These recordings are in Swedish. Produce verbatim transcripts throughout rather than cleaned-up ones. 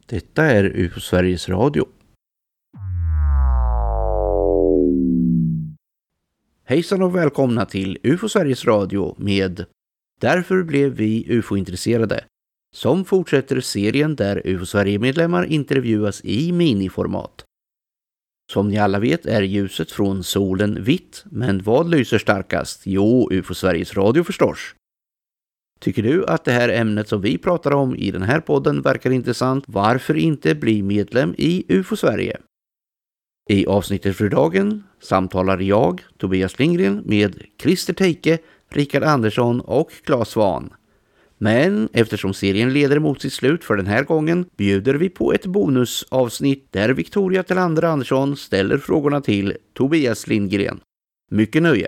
Detta är U F O Sveriges Radio. Hejsan och välkomna till U F O Sveriges Radio med Därför blev vi U F O-intresserade, som fortsätter serien där U F O Sverige-medlemmar intervjuas i miniformat. Som ni alla vet är ljuset från solen vitt, men vad lyser starkast? Jo, U F O Sveriges Radio förstås. Tycker du att det här ämnet som vi pratar om i den här podden verkar intressant? Varför inte bli medlem i U F O Sverige? I avsnittet för dagen samtalar jag, Tobias Lindgren, med Christer Teike, Rickard Andersson och Claes Svahn. Men eftersom serien leder mot sitt slut för den här gången bjuder vi på ett bonusavsnitt där Victoria Tillander Andersson ställer frågorna till Tobias Lindgren. Mycket nöje!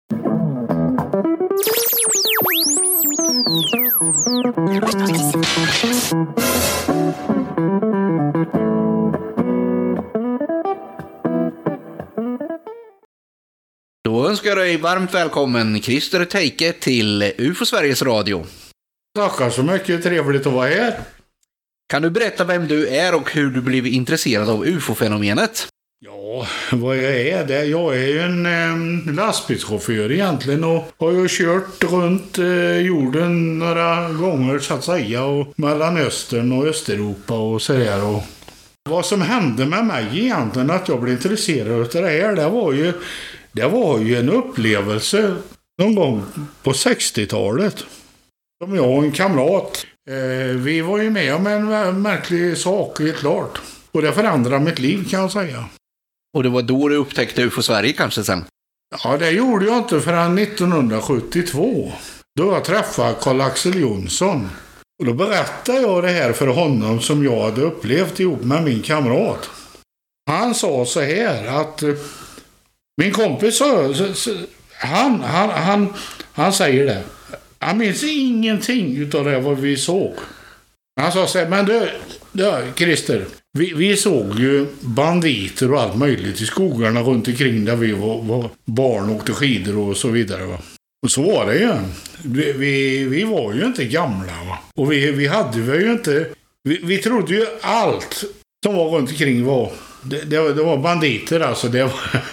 Då önskar jag dig varmt välkommen Christer Teike till U F O Sveriges Radio. Tackar så mycket, trevligt att vara här. Kan du berätta vem du är och hur du blev intresserad av U F O-fenomenet? Ja, vad jag är det? Jag är ju en eh, lastbilschaufför egentligen och har ju kört runt eh, jorden några gånger så att säga, och Mellanöstern och Östeuropa och så där. Och vad som hände med mig egentligen att jag blev intresserad av det här, det var ju, det var ju en upplevelse någon gång på sextiotalet. Som jag och en kamrat, eh, vi var ju med om en märklig sak, helt klart. Och det förändrade mitt liv, kan jag säga. Och det var då du upptäckte U F O Sverige kanske sen? Ja, det gjorde jag inte förrän nittonhundrasjuttiotvå. Då jag träffade Karl-Axel Jonsson. Och då berättade jag det här för honom som jag hade upplevt ihop med min kamrat. Han sa så här att eh, min kompis så, så, så, han, han, han, han säger det. Han minns ingenting utav det vad vi såg. Han sa så här, men du, du Christer, vi, vi såg ju banditer och allt möjligt i skogarna runt omkring där vi var, var barn och åkte skidor och så vidare. Va? Och så var det ju. Vi, vi, vi var ju inte gamla. Va? Och vi, vi hade ju inte... Vi, vi trodde ju allt som var runt omkring var... Det, det, det var banditer alltså. Det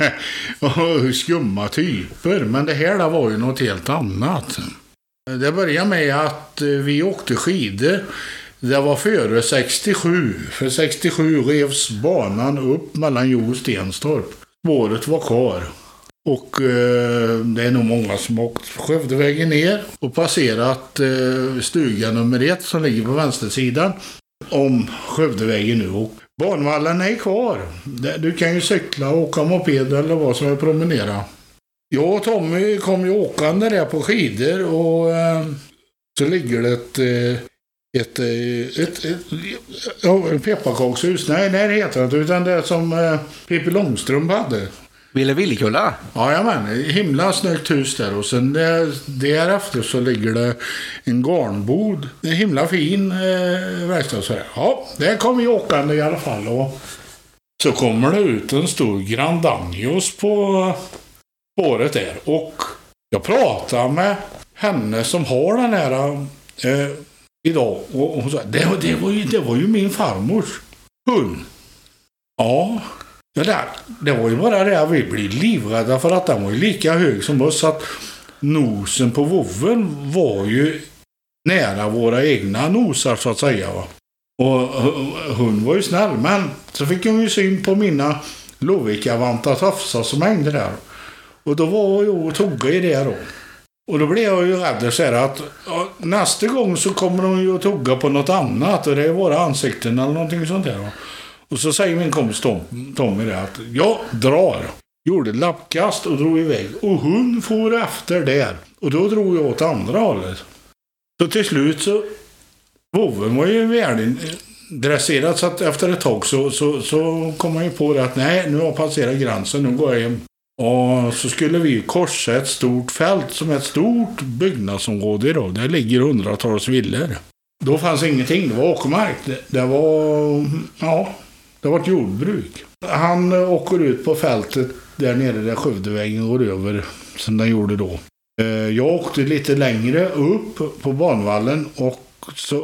var skumma typer. Men det här där var ju något helt annat. Det började med att vi åkte skidor. Det var före sextiosju. För sextiosju revs banan upp mellan Jo och Stenstorp. Spåret var kvar. Och eh, det är nog många som åkt Skövdevägen ner och passerat eh, stuga nummer ett som ligger på vänstersidan om Skövdevägen nu. Och banvallen är kvar. Du kan ju cykla och åka moped eller vad som är promenera. Jag och Tommy kom ju åkande där på skidor och eh, så ligger det ett, ett, ett, ett, ett ja, pepparkakshus. Nej, nej, det heter det inte, utan det som eh, Pippi Långstrump hade. Ville Villekulla? Ja, ja men, himla snyggt hus där. Och sen där, därefter så ligger det en garnbod. En himla fin eh, verkstad. Så ja, där kom vi åkande i alla fall. Och så kommer det ut en stor Grand Anios på spåret där. Och jag pratar med henne som har den här eh, idag. Och, och hon sa, det, det, var ju, det var ju min farmors hund. Ja, det, där, det var ju bara det att vi blev livrädda för att den var ju lika hög som oss. Att nosen på voven var ju nära våra egna nosar så att säga. Va? Och hon var ju snäll, men så fick hon ju syn på mina Lovika-vanta tafsar som hängde där. Och då var jag och tog i det då. Och då blev jag ju rädd så här att ja, nästa gång så kommer de ju att tugga på något annat. Och det är våra ansikten eller någonting sånt där. Va? Och så säger min kompis Tom, Tommy det att jag drar. Gjorde lappkast och drog iväg. Och hon for efter där. Och då drog jag åt andra hållet. Så till slut så... Voven var ju världen dresserad så att efter ett tag så, så, så kom man ju på det att nej, nu har jag passerat gränsen, nu går jag hem. Och så skulle vi korsa ett stort fält som är ett stort byggnadsområde idag. Där ligger hundratals villor. Då fanns ingenting, det var åkermark. Det, det var, ja, det var ett jordbruk. Han åker ut på fältet där nere där Skövdevägen går över som den gjorde då. Jag åkte lite längre upp på banvallen och så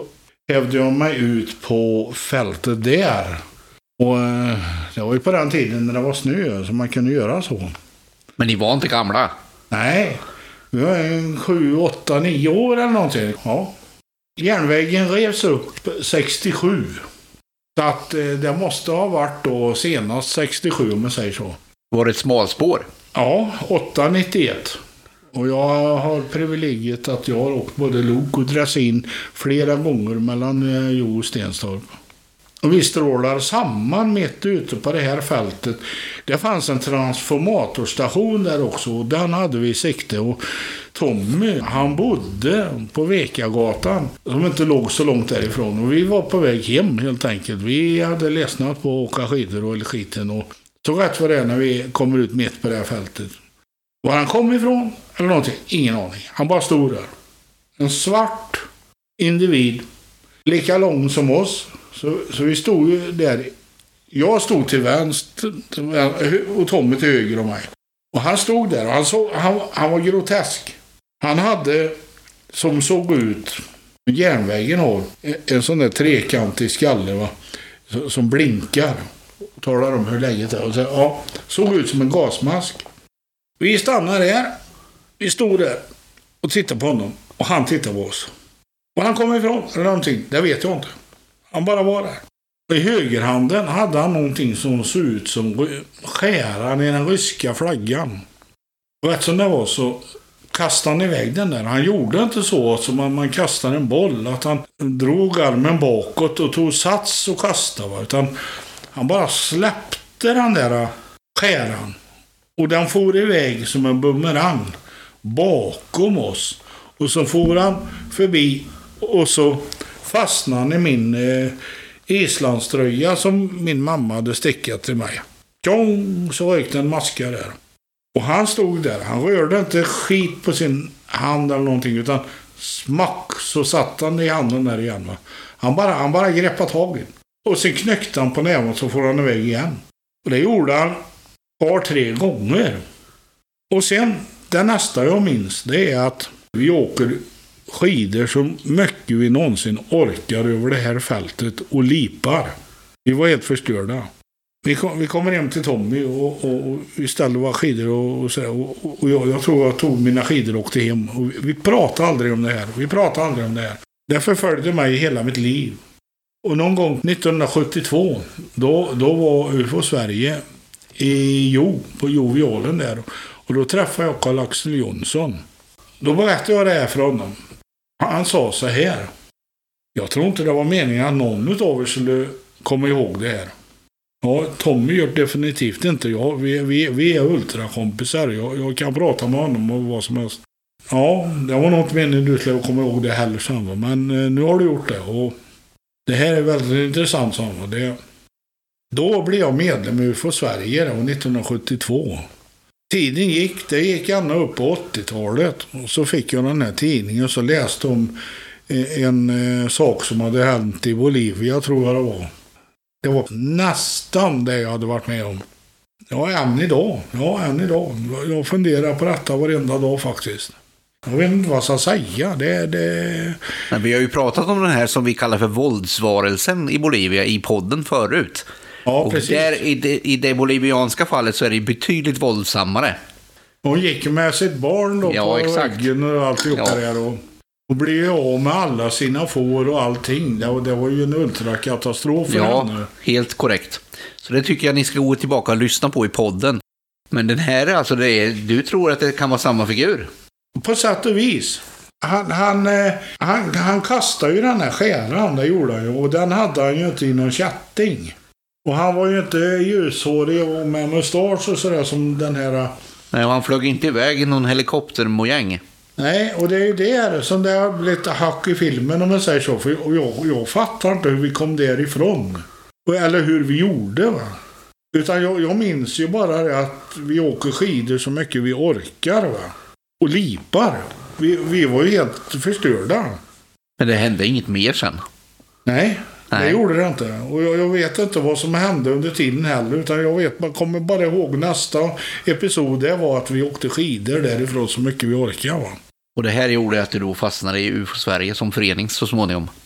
hävde jag mig ut på fältet där. Och det var ju på den tiden när det var snö så man kunde göra så. Men ni var inte gamla? Nej, vi var en sju, åtta, nio år eller någonting. Ja. Järnvägen revs upp sextiosju. Så att det måste ha varit då senast sextiosju om man säger så. Var det ett smalspår? Ja, åtta nittioett. Och jag har privilegiet att jag har åkt både lok och dressin flera gånger mellan Jo och Stenstorp. Och vi strålar samman mitt ute på det här fältet. Det fanns en transformatorstation där också. Och den hade vi i sikte. Och Tommy, han bodde på Vekagatan. Som inte låg så långt därifrån. Och vi var på väg hem helt enkelt. Vi hade ledsnat på att åka skidor och eller skiten. Och så rätt var det när vi kommer ut mitt på det här fältet. Var han kom ifrån eller någonting? Ingen aning. Han bara stod där. En svart individ. Lika lång som oss. Så, så vi stod ju där. Jag stod till vänster och Tommy till höger om mig. Och han stod där och han, såg, han, han var grotesk. Han hade, som såg ut, järnvägen har, en sån där trekantig skalle va, som blinkar. Och talar om hur läget är. Och så, ja, såg ut som en gasmask. Vi stannade där. Vi stod där och tittade på honom. Och han tittade på oss. Och han kom ifrån eller någonting, det vet jag inte. Han bara var där. Och i högerhanden hade han någonting som såg ut som skäran i den ryska flaggan. Och rätt som det var så kastade han iväg den där. Han gjorde inte så som man, man kastade en boll. Att han drog armen bakåt och tog sats och kastade. Va? Utan han bara släppte den där skäran. Och den for iväg som en bumerang bakom oss. Och så for han förbi och så fastnade han i min eh, islandströja som min mamma hade stickat till mig. Tjong, så rökte en maska där. Och han stod där. Han rörde inte skit på sin hand eller någonting utan smack så satt han i handen där igen. Va? Han bara, han bara greppade taget. Och sen knökte han på näven så får han iväg igen. Och det gjorde han par tre gånger. Och sen, det nästa jag minns det är att vi åker skidor så mycket vi någonsin orkar över det här fältet och lipar. Vi var helt förstörda. Vi, kom, vi kommer hem till Tommy och, och, och vi ställde våra skidor och, och, så, och, och jag, jag tror jag tog mina skidor och åkte hem. Och vi, vi pratade aldrig om det här. Vi pratade aldrig om det här. Det förföljde mig hela mitt liv. Och någon gång nittonhundrasjuttiotvå då, då var U F O Sverige i Jo, på Jovialen där. Och då träffade jag Karl-Axel Jonsson. Då berättade jag det här för honom. Han sa så här. Jag tror inte det var meningen att någon av er skulle komma ihåg det här. Ja, Tommy gör definitivt inte. Ja, vi, vi, vi är ultrakompisar. Jag, jag kan prata med honom och vad som helst. Ja, det var något meningen du skulle komma ihåg det heller samma. Men eh, nu har du gjort det. Och det här är väldigt intressant samma. Det, då blev jag medlem i U F O Sverige då, nittonhundrasjuttiotvå. Tiden gick, det gick ända upp på åttiotalet och så fick jag den här tidningen och så läste om en eh, sak som hade hänt i Bolivia tror jag det var. Det var nästan det jag hade varit med om. Ja, än idag. Ja, än idag. Jag funderar på detta varenda dag faktiskt. Jag vet inte vad jag ska säga. Det, det... Men vi har ju pratat om den här som vi kallar för våldsvarelsen i Bolivia i podden förut. Ja, och precis. där, i, det, i det bolivianska fallet så är det betydligt våldsammare. Hon gick med sitt barn då ja, på exakt. ryggen och alltihop ja. Där. Och, och blev av med alla sina får och allting. Det, det var ju en ultrakatastrof för ja, henne. Helt korrekt. Så det tycker jag ni ska gå tillbaka och lyssna på i podden. Men den här, alltså det är, du tror att det kan vara samma figur? På sätt och vis. Han, han, han, han kastade ju den här skäran, det gjorde han ju. Och den hade han ju inte i någon kätting. Och han var ju inte ljushårig och med mustasch och sådär som den här... Nej, och han flög inte iväg i någon helikoptermojäng. Nej, och det är ju det som det har blivit hack i filmen om man säger så. För och jag, jag fattar inte hur vi kom därifrån. Eller hur vi gjorde va. Utan jag, jag minns ju bara det att vi åker skidor så mycket vi orkar va. Och lipar. Vi, vi var ju helt förstörda. Men det hände inget mer sen? Nej, Nej. det gjorde det inte. Och jag, jag vet inte vad som hände under tiden heller. Utan jag vet, man kommer bara ihåg nästa episod. Det var att vi åkte skidor därifrån så mycket vi orkar va. Och det här gjorde att du då fastnade i U F O Sverige som förening så småningom?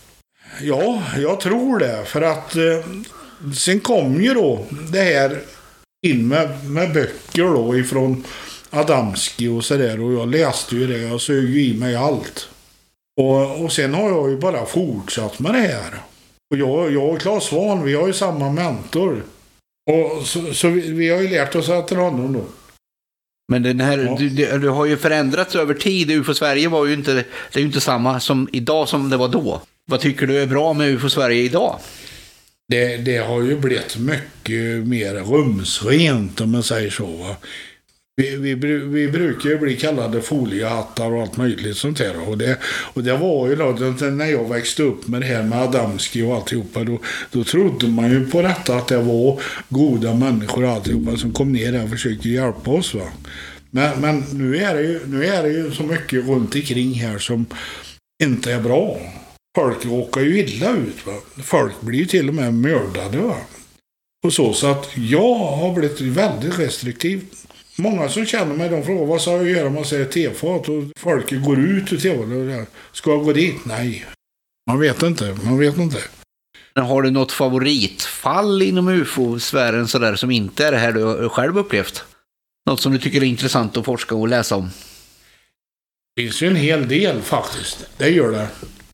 Ja, jag tror det. För att eh, sen kom ju då det här in med, med böcker då ifrån Adamski och sådär. Och jag läste ju det. Jag sög ju i mig allt. Och, och sen har jag ju bara fortsatt med det här. Och jag, jag och Claes Svahn, vi har ju samma mentor. Och så, så vi, vi har ju lärt oss att honom då. Men den här, ja. du, du har ju förändrats över tid. U F O Sverige var ju inte, det är ju inte samma som idag som det var då. Vad tycker du är bra med U F O Sverige idag? Det, det har ju blivit mycket mer rumsrent om man säger så. Va? Vi, vi, vi brukar ju bli kallade foliehattar och allt möjligt sånt här. Och det, och det var ju då, när jag växte upp med det här med Adamski och alltihopa, då, då trodde man ju på detta att det var goda människor och alltihopa som kom ner där och försökte hjälpa oss. Va? Men, men nu, är det ju, nu är det ju så mycket runt omkring här som inte är bra. Folk råkar ju illa ut. Va? Folk blir ju till och med mördade. Va? Och så, så att jag har blivit väldigt restriktiv. Många som känner mig, de frågar vad ska jag göra om man säger tefat och folk går ut ur tefat. Ska jag gå dit? Nej. Man vet inte, man vet inte. Men har du något favoritfall inom U F O-sfären sådär som inte är det här du själv upplevt? Något som du tycker är intressant att forska och läsa om? Det finns ju en hel del faktiskt, det gör det.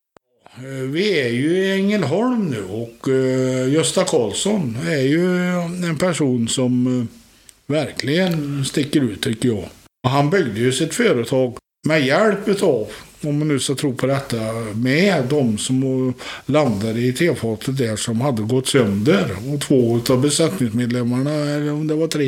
Vi är ju i Ängelholm nu och Gösta Karlsson är ju en person som verkligen sticker ut tycker jag. Och han byggde ju sitt företag med hjälp av, om man nu ska tro på detta, med de som landade i tefatet där som hade gått sönder. Och två av besättningsmedlemmarna, eller om det var tre,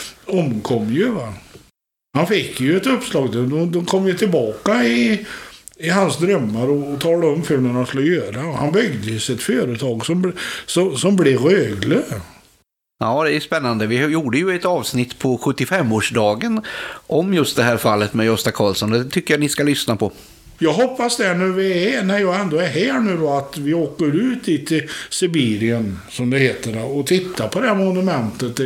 omkom ju va. Han fick ju ett uppslag, de, de kom ju tillbaka i, i hans drömmar och, och talade om för när han skulle göra. Och han byggde ju sitt företag som, som, som blev Rögle. Ja, det är spännande. Vi gjorde ju ett avsnitt på sjuttiofemårsdagen om just det här fallet med Gösta Karlsson. Det tycker jag ni ska lyssna på. Jag hoppas det nu vi är, när jag ändå är här nu då, att vi åker ut till Sibirien, som det heter, och tittar på det här monumentet.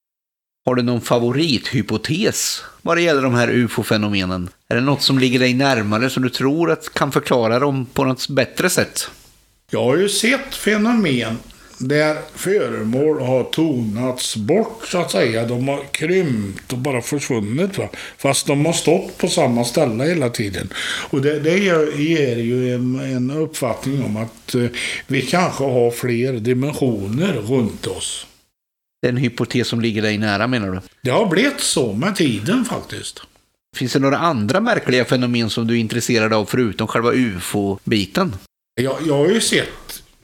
Har du någon favorithypotes vad det gäller de här U F O-fenomenen? Är det något som ligger dig närmare som du tror att kan förklara dem på något bättre sätt? Jag har ju sett fenomen där föremål har tonats bort så att säga. De har krympt och bara försvunnit va? Fast de har stått på samma ställe hela tiden. Och det, det ger ju en, en uppfattning om att eh, vi kanske har fler dimensioner runt oss. Det är en hypotes som ligger dig nära menar du? Det har blivit så med tiden faktiskt. Finns det några andra märkliga fenomen som du är intresserad av förutom själva U F O-biten? Jag, jag har ju sett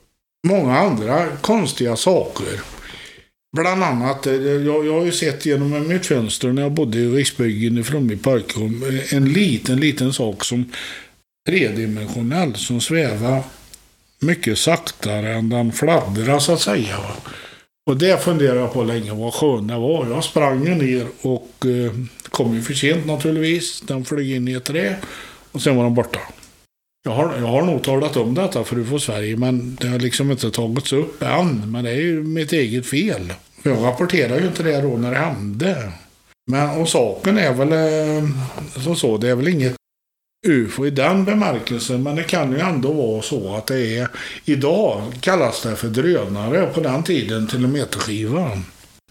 många andra konstiga saker. Bland annat, jag, jag har ju sett genom mitt fönster när jag bodde i Riksbyggen ifrån i Parkrum en liten, liten sak som tredimensionell som svävar mycket saktare än den fladdrar så att säga. Och det funderar jag på länge vad skön det var. Jag sprang ner och eh, kom ju för sent naturligtvis. Den flög in i ett trä och sen var den borta. Jag har, jag har nog talat om detta för U F O Sverige, men det har liksom inte tagits upp än. Men det är ju mitt eget fel. Jag rapporterar ju inte det då när det hände. Men och saken är väl eh, som så, det är väl inget U F O i den bemärkelsen, men det kan ju ändå vara så att det är, idag kallas det för drönare, på den tiden till en meterskiva.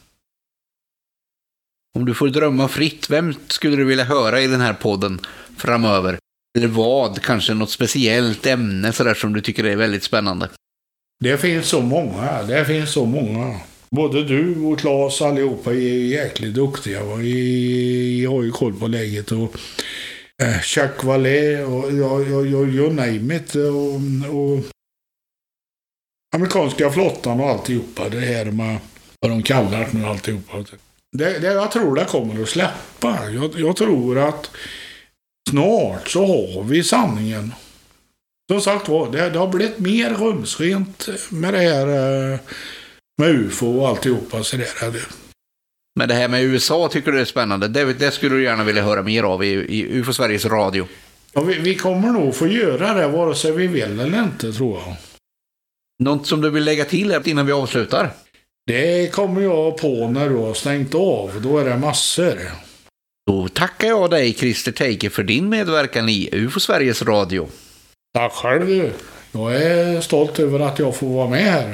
Om du får drömma fritt, vem skulle du vilja höra i den här podden framöver? Eller vad, kanske något speciellt ämne så där som du tycker är väldigt spännande? Det finns så många, det finns så många. Både du och Claes allihopa är jäkligt duktiga och jag har ju koll på läget och eh, Jacques Vallée och jag, jag, jag, jag name it och, och amerikanska flottan och alltihopa. Det här med vad de kallar nu alltihopa. Det, det, jag tror det kommer att släppa. Jag, jag tror att snart så har vi sanningen. Som sagt var, det, det har blivit mer rumsrent med det här med U F O och alltihopa. Så där. Men det här med U S A tycker du är spännande. Det, det skulle du gärna vilja höra mer av i, i U F O Sveriges radio. Ja, vi, vi kommer nog få göra det vare sig vi vill eller inte, tror jag. Något som du vill lägga till innan vi avslutar? Det kommer jag på när du har stängt av. Då är det massor. Då tackar jag dig, Christer Teike, för din medverkan i U F O Sveriges radio. Tack själv du. Jag är stolt över att jag får vara med här.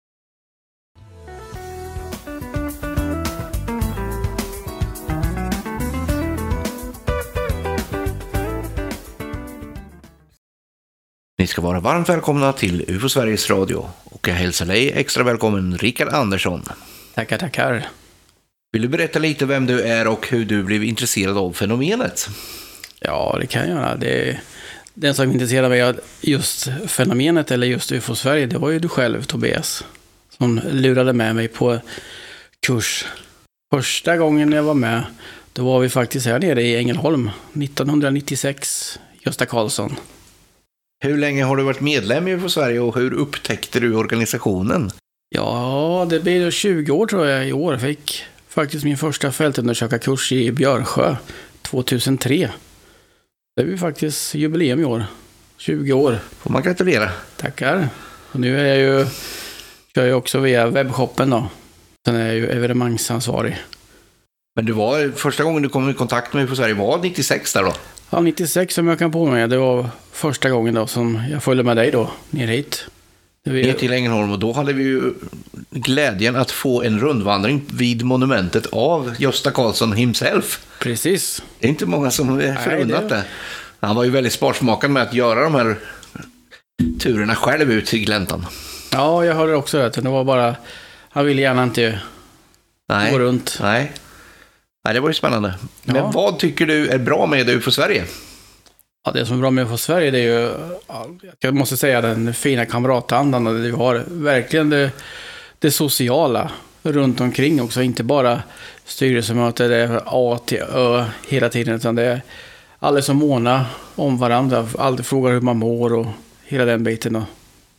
Ni ska vara varmt välkomna till U F O Sveriges Radio och jag hälsar dig extra välkommen Rickard Andersson. Tackar, tackar. Vill du berätta lite vem du är och hur du blev intresserad av fenomenet? Ja, det kan jag göra. Det, den som intresserade mig av just fenomenet eller just U F O Sverige, det var ju du själv, Tobias, som lurade med mig på kurs. Första gången jag var med, då var vi faktiskt här nere i Ängelholm, nittonhundranittiosex, Gösta Karlsson. Hur länge har du varit medlem i U F O Sverige och hur upptäckte du organisationen? Ja, det blir tjugo år tror jag i år. Jag fick faktiskt min första fältundersökarkurs i Björnsjö tjugohundratre. Det blir faktiskt jubileum i år. tjugo år. Får man gratulera. Tackar. Och nu är jag ju, kör jag också via webbshoppen då. Sen är jag ju evenemangsansvarig. Men du var, första gången du kom i kontakt med U F O Sverige var nittiosex där då? Ja, nittiosex som jag kan på mig. Det var första gången då som jag följde med dig då, ner hit. Vi... Ner till Ängelholm och då hade vi ju glädjen att få en rundvandring vid monumentet av Gösta Karlsson himself. Precis. Det är inte många som är förunnat det. Han var ju väldigt sparsmakad med att göra de här turerna själv ut till gläntan. Ja, jag hörde också det. Det var bara, han ville gärna inte nej, gå runt. Nej. nej, det var ju spännande. Men ja. Vad tycker du är bra med U F O Sverige? Ja, det som är bra med U F O Sverige det är ju, jag måste säga, den fina kamratandan. Och vi har verkligen det, det sociala runt omkring också. Inte bara styrelsemöte, det är A till Ö hela tiden. Utan det är alla som månar om varandra. Alltid frågar hur man mår och hela den biten. Då.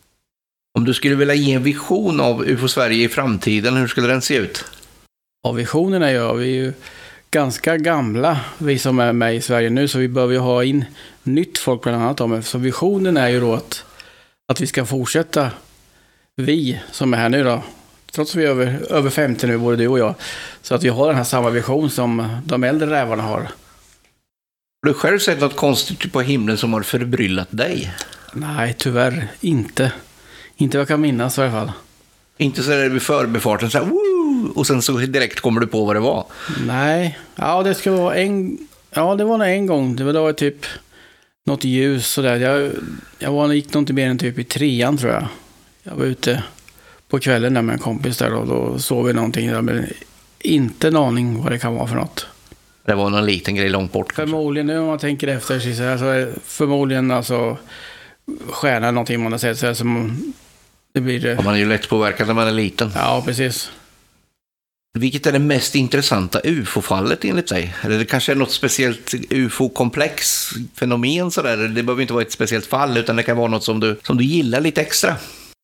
Om du skulle vilja ge en vision av U F O Sverige i framtiden, hur skulle den se ut? Ja, visionerna gör vi ju ganska gamla, vi som är med i Sverige nu, så vi behöver ju ha in nytt folk bland annat om. Så visionen är ju då att, att vi ska fortsätta, vi som är här nu då, trots att vi är över, över femtio nu, både du och jag, så att vi har den här samma vision som de äldre rävarna har. Har du själv sett något konstigt på himlen som har förbryllat dig? Nej, tyvärr inte. Inte vad jag kan minnas i alla fall. Inte så är det vid förbefarten så här, woo! Och sen så direkt kommer du på vad det var. Nej, ja det ska vara en, ja det var nog en gång, det var då typ något ljus sådär. Jag, jag var, gick nog inte mer än typ i trean tror jag. Jag var ute på kvällen där med en kompis där och då såg vi någonting där, men inte en aning vad det kan vara för något. Det var någon liten grej långt bort. Förmodligen nu om man tänker efter sig så här, så är förmodligen alltså stjärna någonting man har sett så här, som det blir det. Ja, man är ju lätt påverkad när man är liten. Ja, precis. Vilket är det mest intressanta U F O-fallet enligt dig? Eller det kanske är något speciellt U F O-komplex fenomen sådär. Det behöver inte vara ett speciellt fall utan det kan vara något som du, som du gillar lite extra.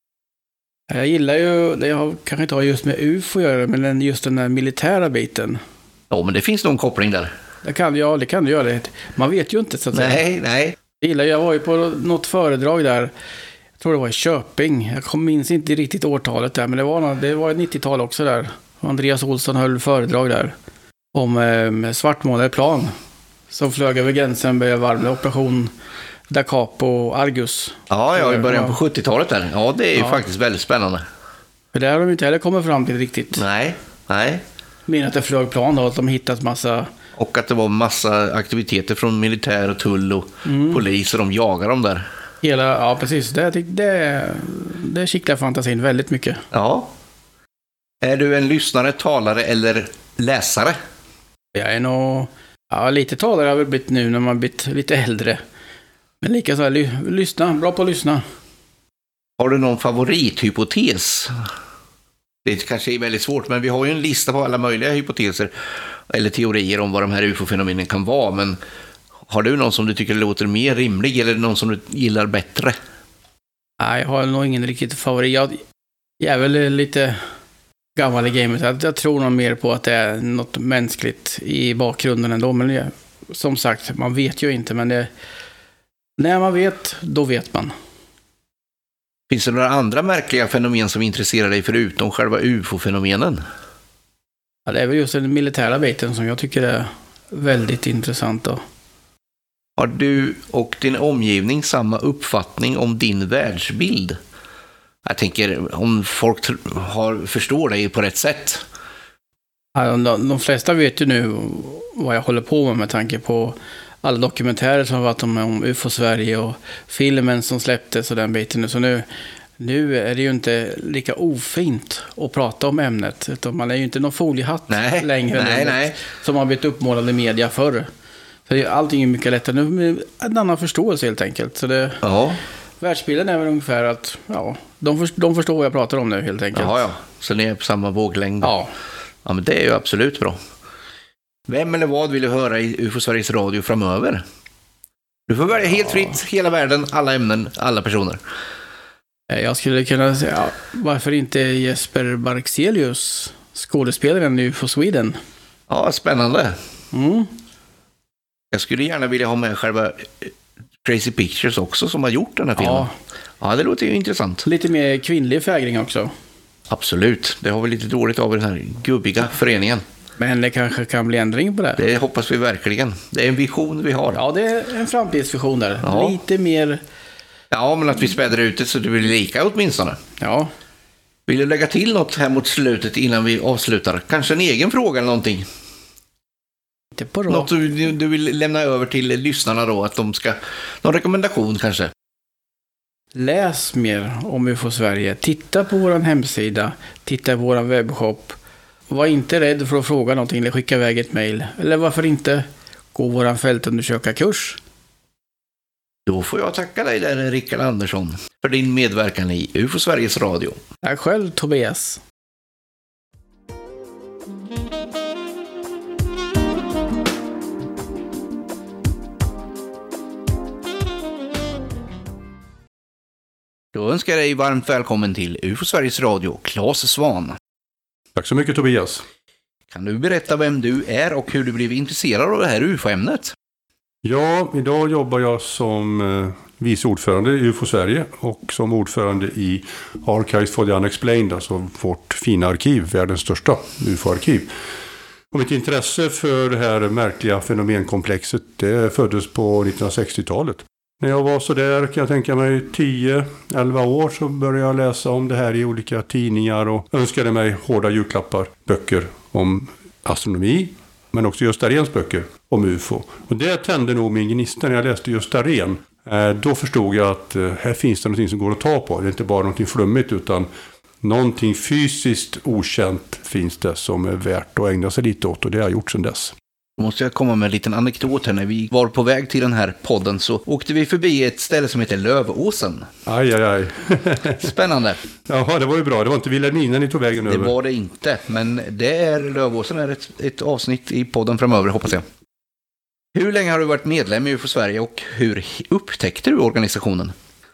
Jag gillar ju, det har kanske inte har just med U F O att göra, men just den där militära biten. Ja, men det finns nog en koppling där. Det kan, ja, det kan du göra. Man vet ju inte så att nej, säga. Nej, Jag gillar, jag var ju på något föredrag där. Jag tror det var i Köping. Jag minns inte riktigt årtalet där, men det var, det var nittiotal också där. Andreas Olsson höll föredrag där om eh, svartmålade plan som flög över gränsen med varmle operation Da Capo Argus. Ja, ja, i början på sjuttiotalet där. Ja, det är ju ja. faktiskt väldigt spännande. För det har de inte heller kommit fram till riktigt. Nej, nej. Men att det flög plan då, att de hittat massa... Och att det var massa aktiviteter från militär och tull och mm. polis och de jagar dem där. Hela, ja, precis. Det, det, det kittlar fantasin väldigt mycket. Ja. Är du en lyssnare, talare eller läsare? Jag är nog... Ja, lite talare har jag väl blivit nu när man blivit lite äldre. Men lika så här, ly, lyssna. Bra på att lyssna. Har du någon favorithypotes? Det kanske är väldigt svårt, men vi har ju en lista på alla möjliga hypoteser eller teorier om vad de här U F O-fenomenen kan vara. Men har du någon som du tycker låter mer rimlig eller någon som du gillar bättre? Nej, jag har nog ingen riktigt favorit. Jag, jag är väl lite gammal i gamet. Jag, jag tror nog mer på att det är något mänskligt i bakgrunden ändå. Men det, som sagt, man vet ju inte. Men det, när man vet, då vet man. Finns det några andra märkliga fenomen som intresserar dig förutom själva U F O-fenomenen? Ja, det är väl just den militära biten som jag tycker är väldigt intressant då. Har du och din omgivning samma uppfattning om din världsbild? Jag tänker om folk har, förstår dig på rätt sätt. Ja, de, de flesta vet ju nu vad jag håller på med med tanke på alla dokumentärer som har varit om, om U F O Sverige och filmen som släpptes och den biten nu. Så nu, nu är det ju inte lika ofint att prata om ämnet. Utan man är ju inte någon foliehatt nej, längre nej, nu, nej. som har blivit uppmålad i media förr. Så det, allting är mycket lättare nu med en annan förståelse helt enkelt. Så det, ja. Världsbilden är väl ungefär att ja, de, för, de förstår vad jag pratar om nu helt enkelt. Ja, ja. Så ni är på samma våglängd. Ja. Ja, men det är ju absolut bra. Vem eller vad vill du höra i U F O Sveriges Radio framöver? Du får välja helt fritt, hela världen, alla ämnen, alla personer. Jag skulle kunna säga, varför inte Jesper Barkselius, skådespelaren i U F O Sweden? Ja, spännande. Mm. Jag skulle gärna vilja ha med själva Crazy Pictures också som har gjort den här filmen. Ja, ja det låter ju intressant. Lite mer kvinnlig fägring också. Absolut, det har vi lite dåligt av i den här gubbiga föreningen. Men det kanske kan bli ändring på det. Det hoppas vi verkligen. Det är en vision vi har. Ja, det är en framtidsvision där. Ja. Lite mer... Ja, men att vi späder ut det så det blir lika åtminstone. Ja. Vill du lägga till något här mot slutet innan vi avslutar? Kanske en egen fråga eller någonting? Inte på rå. Något du, du vill lämna över till lyssnarna då, att de ska... Någon rekommendation kanske? Läs mer om U F O Sverige. Titta på vår hemsida. Titta på vår webbshop. Var inte rädd för att fråga någonting eller skicka iväg ett mejl. Eller varför inte gå vår fältundersökarkurs? Då får jag tacka dig där, Rickard Andersson, för din medverkan i U F O Sveriges Radio. Tack själv, Tobias. Då önskar jag dig varmt välkommen till U F O Sveriges Radio, Claes Svan. Tack så mycket, Tobias. Kan du berätta vem du är och hur du blev intresserad av det här U F O-ämnet? Ja, idag jobbar jag som eh, vice ordförande i U F O Sverige och som ordförande i Archives for the Unexplained, alltså vårt fina arkiv, världens största U F O-arkiv. Och mitt intresse för det här märkliga fenomenkomplexet, det föddes på nittonhundrasextiotalet. När jag var så där, kan jag tänka mig, tio elva år, så började jag läsa om det här i olika tidningar och önskade mig hårda julklappar, böcker om astronomi, men också Gösta Rehns böcker om U F O. Och det tände nog min gnista när jag läste Gösta Rehn. Eh, då förstod jag att eh, här finns det någonting som går att ta på. Det är inte bara någonting flummigt, utan någonting fysiskt okänt finns det som är värt att ägna sig lite åt, och det har jag gjort sedan dess. Då måste jag komma med en liten anekdot här. När vi var på väg till den här podden så åkte vi förbi ett ställe som heter Lövåsen. Aj, aj, aj. Spännande. Jaha, det var ju bra. Det var inte Vilhelmina ni tog vägen det över. Det var det inte, men det är Lövåsen är ett, ett avsnitt i podden framöver, hoppas jag. Hur länge har du varit medlem i U F O Sverige och hur upptäckte du organisationen?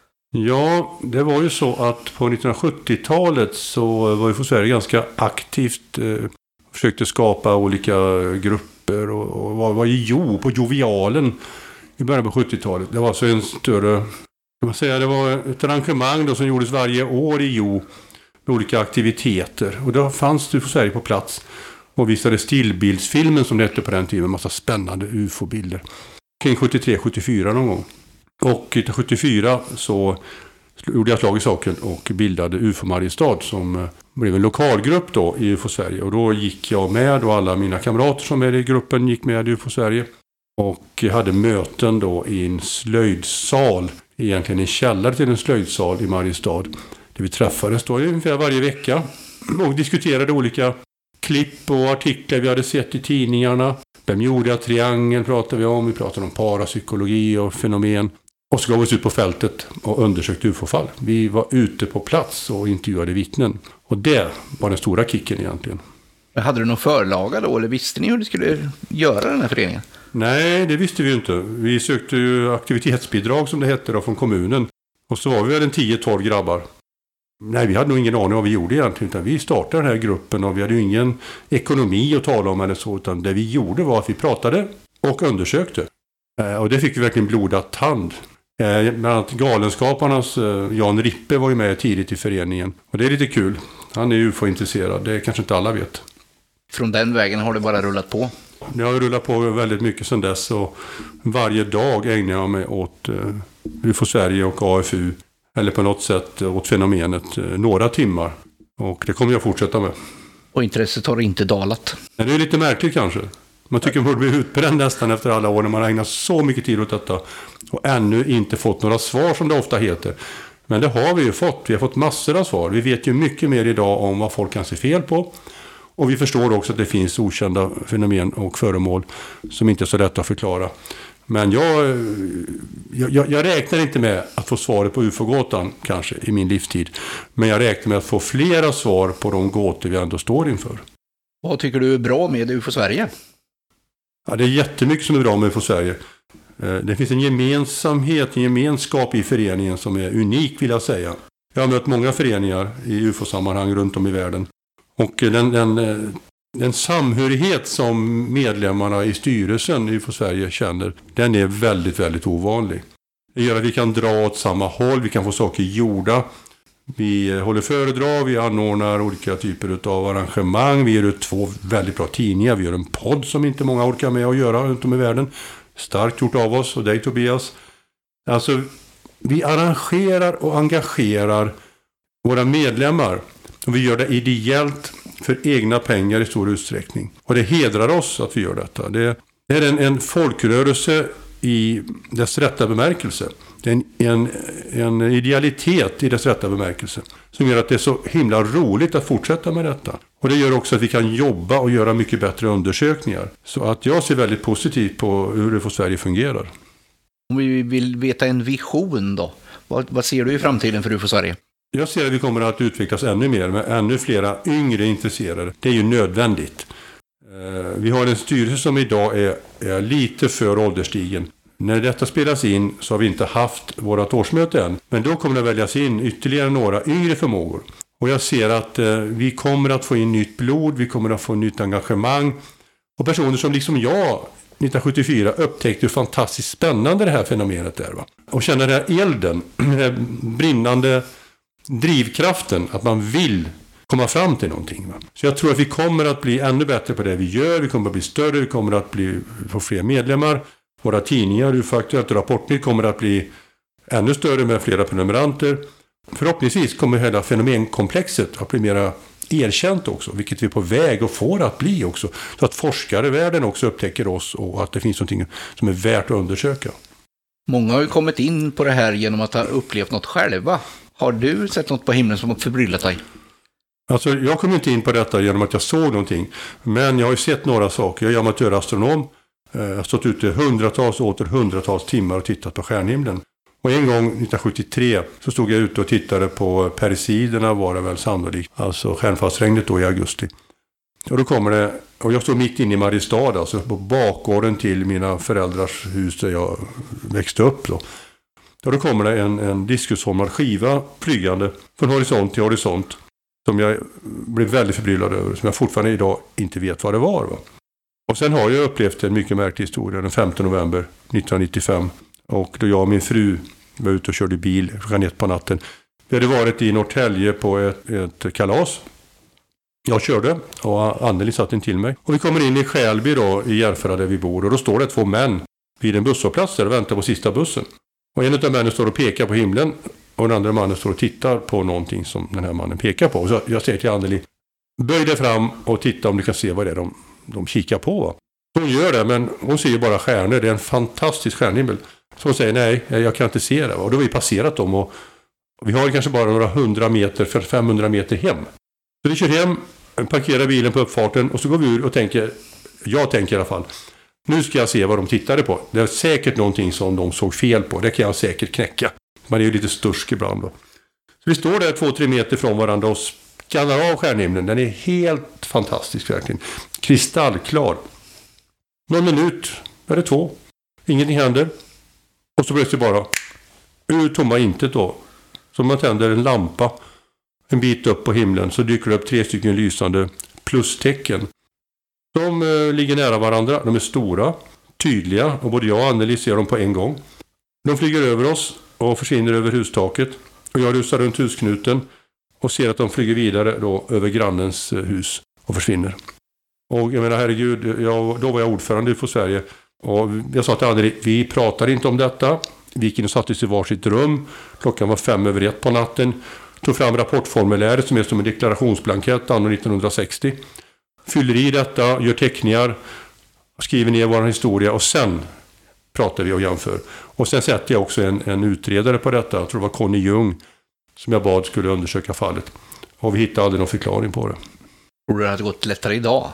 Ja, det var ju så att på nittonhundrasjuttiotalet så var U F O Sverige ganska aktivt. Eh, försökte skapa olika grupper och, och var, var i Jo, på Jovialen i början på sjuttiotalet. Det var alltså en större, kan man säga, det var ett arrangemang då som gjordes varje år i Jo med olika aktiviteter. Och då fanns U F O Sverige på plats och visade stillbildsfilmen, som det hette på den tiden, en massa spännande U F O-bilder. Kring sjuttiotre sjuttiofyra någon gång. Och nittonhundrasjuttiofyra så gjorde jag slag i saken och bildade U F O Mariestad, som blev en lokalgrupp då i U F O Sverige. Och då gick jag med, och alla mina kamrater som är i gruppen gick med i U F O Sverige. Och hade möten då i en slöjdsal, egentligen en källare till en slöjdsal i Mariestad. Där vi träffades då ungefär varje vecka och diskuterade olika klipp och artiklar vi hade sett i tidningarna. Bermuda-triangeln pratade vi om, vi pratade om parapsykologi och fenomen. Och så gav vi oss ut på fältet och undersökte U F O-fall. Vi var ute på plats och intervjuade vittnen. Och det var den stora kicken egentligen. Hade du någon förlaga då, eller visste ni hur du skulle göra den här föreningen? Nej, det visste vi ju inte. Vi sökte ju aktivitetsbidrag, som det hette då, från kommunen. Och så var vi väl en tio tolv grabbar. Nej, vi hade nog ingen aning vad vi gjorde egentligen, utan vi startade den här gruppen och vi hade ju ingen ekonomi att tala om eller så, utan det vi gjorde var att vi pratade och undersökte. Eh, och det fick vi verkligen blodad tand. Eh, bland annat Galenskaparnas eh, Jan Rippe var ju med tidigt i föreningen. Och det är lite kul. Han är ju U F O-intresserad, det kanske inte alla vet. Från den vägen har det bara rullat på. Jag har rullat på väldigt mycket sedan dess och varje dag ägnar jag mig åt uh, U F O Sverige och A F U eller på något sätt åt fenomenet uh, några timmar. Och det kommer jag fortsätta med. Och intresset har inte dalat. Men det är lite märkligt kanske. Man tycker man borde bli utbränd nästan efter alla år när man har ägnat så mycket tid åt detta och ännu inte fått några svar som det ofta heter. Men det har vi ju fått. Vi har fått massor av svar. Vi vet ju mycket mer idag om vad folk kan se fel på. Och vi förstår också att det finns okända fenomen och föremål som inte är så lätt att förklara. Men jag, jag, jag räknar inte med att få svaret på U F O-gåtan kanske i min livstid. Men jag räknar med att få flera svar på de gåtor vi ändå står inför. Vad tycker du är bra med U F O Sverige? Ja, det är jättemycket som är bra med U F O Sverige. Det finns en gemensamhet, en gemenskap i föreningen som är unik vill jag säga. Jag har mött många föreningar i U F O-sammanhang runt om i världen. Och den, den, den samhörighet som medlemmarna i styrelsen i U F O Sverige känner, den är väldigt, väldigt ovanlig. Det gör att vi kan dra åt samma håll, vi kan få saker gjorda. Vi håller föredrag, vi anordnar olika typer av arrangemang. Vi gör två väldigt bra tidningar, vi gör en podd som inte många orkar med att göra runt om i världen. Starkt gjort av oss och dig Tobias. Alltså, vi arrangerar och engagerar våra medlemmar. Och vi gör det ideellt för egna pengar i stor utsträckning. Och det hedrar oss att vi gör detta. Det är en, en folkrörelse i dess rätta bemärkelse. Det är en, en, en idealitet i dess rätta bemärkelse. Som gör att det är så himla roligt att fortsätta med detta. Och det gör också att vi kan jobba och göra mycket bättre undersökningar. Så att jag ser väldigt positivt på hur U F O Sverige fungerar. Om vi vill veta en vision då, vad, vad ser du i framtiden för U F O Sverige? Jag ser att vi kommer att utvecklas ännu mer med ännu flera yngre intresserade. Det är ju nödvändigt. Vi har en styrelse som idag är, är lite för ålderstigen. När detta spelas in så har vi inte haft vårat årsmöte än. Men då kommer det väljas in ytterligare några yngre förmågor. Och jag ser att eh, vi kommer att få in nytt blod, vi kommer att få nytt engagemang. Och personer som liksom jag nittonhundrasjuttiofyra upptäckte hur fantastiskt spännande det här fenomenet är. Va? Och känner den här elden, den här brinnande drivkraften att man vill komma fram till någonting. Va? Så jag tror att vi kommer att bli ännu bättre på det vi gör, vi kommer att bli större, vi kommer att bli, få fler medlemmar. Våra tidningar, U F O Aktuellt och Rapportnytt kommer att bli ännu större med flera prenumeranter. Förhoppningsvis kommer hela fenomenkomplexet att bli mer erkänt också, vilket vi är på väg och får att bli också. Så att forskare i världen också upptäcker oss och att det finns något som är värt att undersöka. Många har ju kommit in på det här genom att ha upplevt något själva. Har du sett något på himlen som har förbryllat dig? Alltså, jag kom inte in på detta genom att jag såg någonting. Men jag har ju sett några saker. Jag är amatörastronom. Jag har stått ute hundratals och åter hundratals timmar och tittat på stjärnhimlen. Och en gång nittonhundrasjuttiotre så stod jag ute och tittade på Perseiderna var det väl sannolikt. Alltså stjärnfallsregnet då i augusti. Och då kommer det, och jag står mitt inne i Mariestad, alltså på bakgården till mina föräldrars hus där jag växte upp då. Och då kommer det en, en diskusformad skiva flygande från horisont till horisont. Som jag blev väldigt förbryllad över, som jag fortfarande idag inte vet vad det var. Va? Och sen har jag upplevt en mycket märklig historia den femte november nittonhundranittiofem. Och då jag och min fru var ute och körde bil klockan ett på natten. Vi hade varit i Norrtälje på ett, ett kalas. Jag körde och Anneli satt in till mig. Och vi kommer in i Skälby då, i Järfälla där vi bor. Och då står det två män vid en busshållplats där och väntar på sista bussen. Och en av männen står och pekar på himlen. Och den andra mannen står och tittar på någonting som den här mannen pekar på. Och så jag säger till Anneli, böj dig fram och titta om du kan se vad det är de, de kikar på. Va? Hon gör det, men hon ser ju bara stjärnor. Det är en fantastisk stjärnhimmel. Så hon säger, nej, jag kan inte se det. Va? Och då har vi passerat dem och vi har kanske bara några hundra meter, för femhundra meter hem. Så vi kör hem, parkerar bilen på uppfarten och så går vi ur och tänker, jag tänker i alla fall, nu ska jag se vad de tittade på. Det är säkert någonting som de såg fel på. Det kan jag säkert knäcka. Man är ju lite stursk ibland då. Så vi står där två, tre meter från varandra och skannar av stjärnhimlen. Den är helt fantastisk verkligen. Kristallklar. Någon minut, eller två. Ingenting händer. Och så blir det bara ur tomma intet då. Så man tänder en lampa en bit upp på himlen så dyker det upp tre stycken lysande plustecken. De eh, ligger nära varandra. De är stora, tydliga och både jag och Anneli ser dem på en gång. De flyger över oss och försvinner över hustaket. Och jag rusar runt husknuten och ser att de flyger vidare då över grannens hus och försvinner. Och jag menar, herregud, jag, då var jag ordförande i U F O Sverige. Och jag sa till André, vi pratar inte om detta. Vi gick in och satte oss i varsitt rum. Klockan var fem över ett på natten. Tog fram rapportformuläret som är som en deklarationsblankett anno nittonhundrasextio. Fyller i detta, gör teckningar, skriver ner vår historia och sen pratar vi och jämför. Och sen sätter jag också en, en utredare på detta. Jag tror det var Conny Ljung som jag bad skulle undersöka fallet. Och vi hittade aldrig någon förklaring på det. Tror du det hade gått lättare idag?